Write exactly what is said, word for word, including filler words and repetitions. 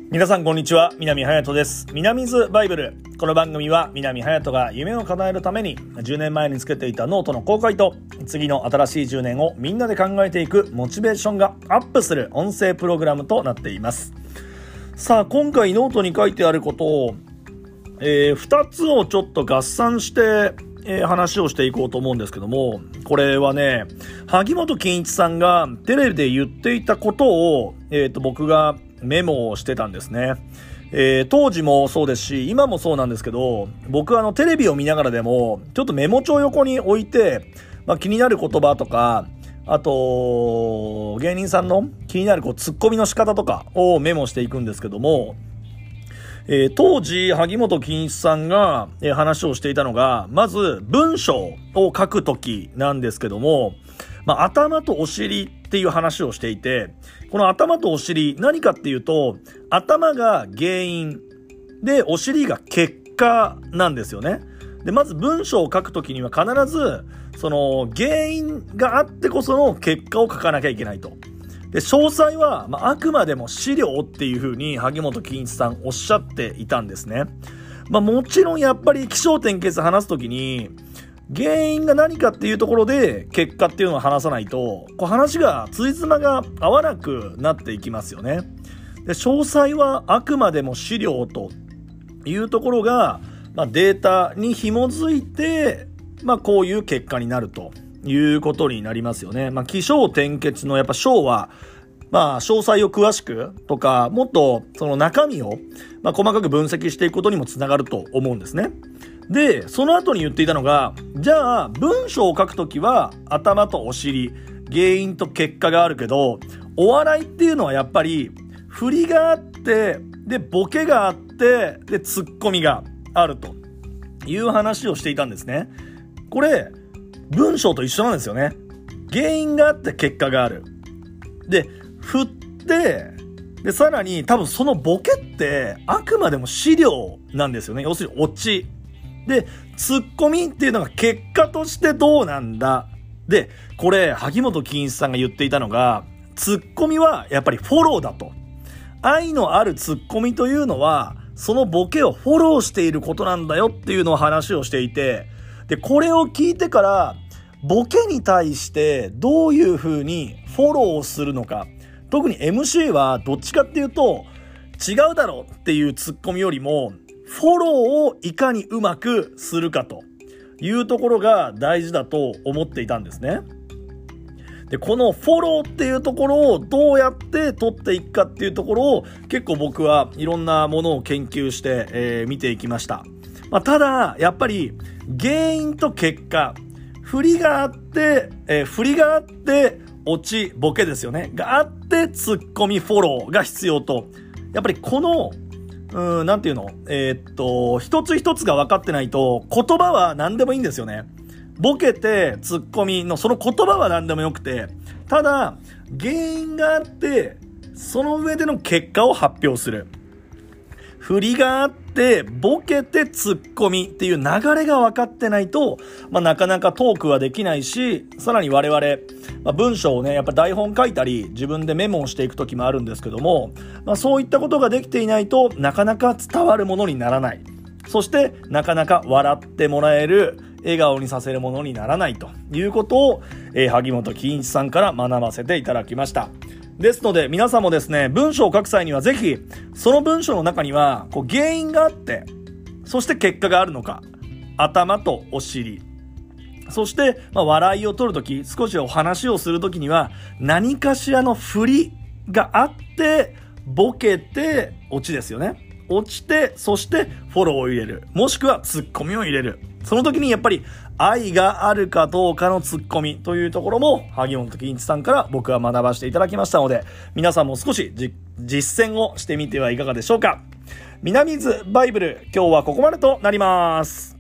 皆さんこんにちは、南隼人です。南ズバイブル。この番組は南隼人が夢を叶えるためにじゅうねんまえにつけていたノートの公開と次の新しいじゅうねんをみんなで考えていくモチベーションがアップする音声プログラムとなっています。さあ、今回ノートに書いてあることを、えー、ふたつをちょっと合算して、えー、話をしていこうと思うんですけども、これはね、萩本欽一さんがテレビで言っていたことを、えーと、僕がメモをしてたんですね。えー、当時もそうですし今もそうなんですけど、僕はあのテレビを見ながらでもちょっとメモ帳横に置いて、まあ、気になる言葉とか、あと芸人さんの気になるこうツッコミの仕方とかをメモしていくんですけども、えー、当時萩本欽一さんが、えー、話をしていたのが、まず文章を書くときなんですけども、まあ、頭とお尻っていう話をしていて、この頭とお尻何かっていうと、頭が原因でお尻が結果なんですよね。でまず文章を書くときには必ずその原因があってこその結果を書かなきゃいけないと。で詳細は、まあ、あくまでも資料っていう風に萩本欽一さんおっしゃっていたんですね。まあ、もちろんやっぱり起承転結話すときに原因が何かっていうところで結果っていうのを話さないと、こう話がついつまが合わなくなっていきますよね。で詳細はあくまでも資料というところが、まあ、データに紐づいて、まあ、こういう結果になるということになりますよね。まあ、起承転結のやっぱ章は、まあ、詳細を詳しくとか、もっとその中身を、まあ、細かく分析していくことにもつながると思うんですね。で、その後に言っていたのが、じゃあ文章を書くときは頭とお尻、原因と結果があるけど、お笑いっていうのはやっぱり振りがあって、でボケがあって、でツッコミがあるという話をしていたんですね。これ文章と一緒なんですよね。原因があって結果がある。で振って、でさらに多分そのボケってあくまでも資料なんですよね。要するにオチで、ツッコミっていうのが結果としてどうなんだ。で、これ、萩本欽一さんが言っていたのが、ツッコミはやっぱりフォローだと。愛のあるツッコミというのは、そのボケをフォローしていることなんだよっていうのを話をしていて、で、これを聞いてから、ボケに対してどういう風にフォローするのか。特に エムシー はどっちかっていうと、違うだろうっていうツッコミよりも、フォローをいかにうまくするかというところが大事だと思っていたんですね。で、このフォローっていうところをどうやって取っていくかっていうところを結構僕はいろんなものを研究して、えー、見ていきました。まあ、ただやっぱり原因と結果、振りがあって、えー、振りがあってオチボケですよねがあってツッコミフォローが必要と、やっぱりこのうん、なんていうのえー、っと、一つ一つが分かってないと、言葉は何でもいいんですよね。ボケて、ツッコミの、その言葉は何でもよくて、ただ、原因があって、その上での結果を発表する。振りがあって、ボケて、ツッコミっていう流れが分かってないと、まあ、なかなかトークはできないし、さらに我々、まあ、文章をね、やっぱ台本書いたり、自分でメモをしていく時もあるんですけども、まあ、そういったことができていないとなかなか伝わるものにならない。そしてなかなか笑ってもらえる、笑顔にさせるものにならないということを、えー、萩本欽一さんから学ばせていただきました。ですので皆さんもですね、文章を書く際にはぜひその文章の中にはこう原因があって、そして結果があるのか、頭とお尻、そして、まあ、笑いを取るとき、少しお話をするときには何かしらの振りがあってボケてオチですよね。落ちて、そしてフォローを入れる、もしくはツッコミを入れる。その時にやっぱり愛があるかどうかのツッコミというところも萩本欽一さんから僕は学ばせていただきましたので、皆さんも少しじ実践をしてみてはいかがでしょうか。南ズバイブル、今日はここまでとなります。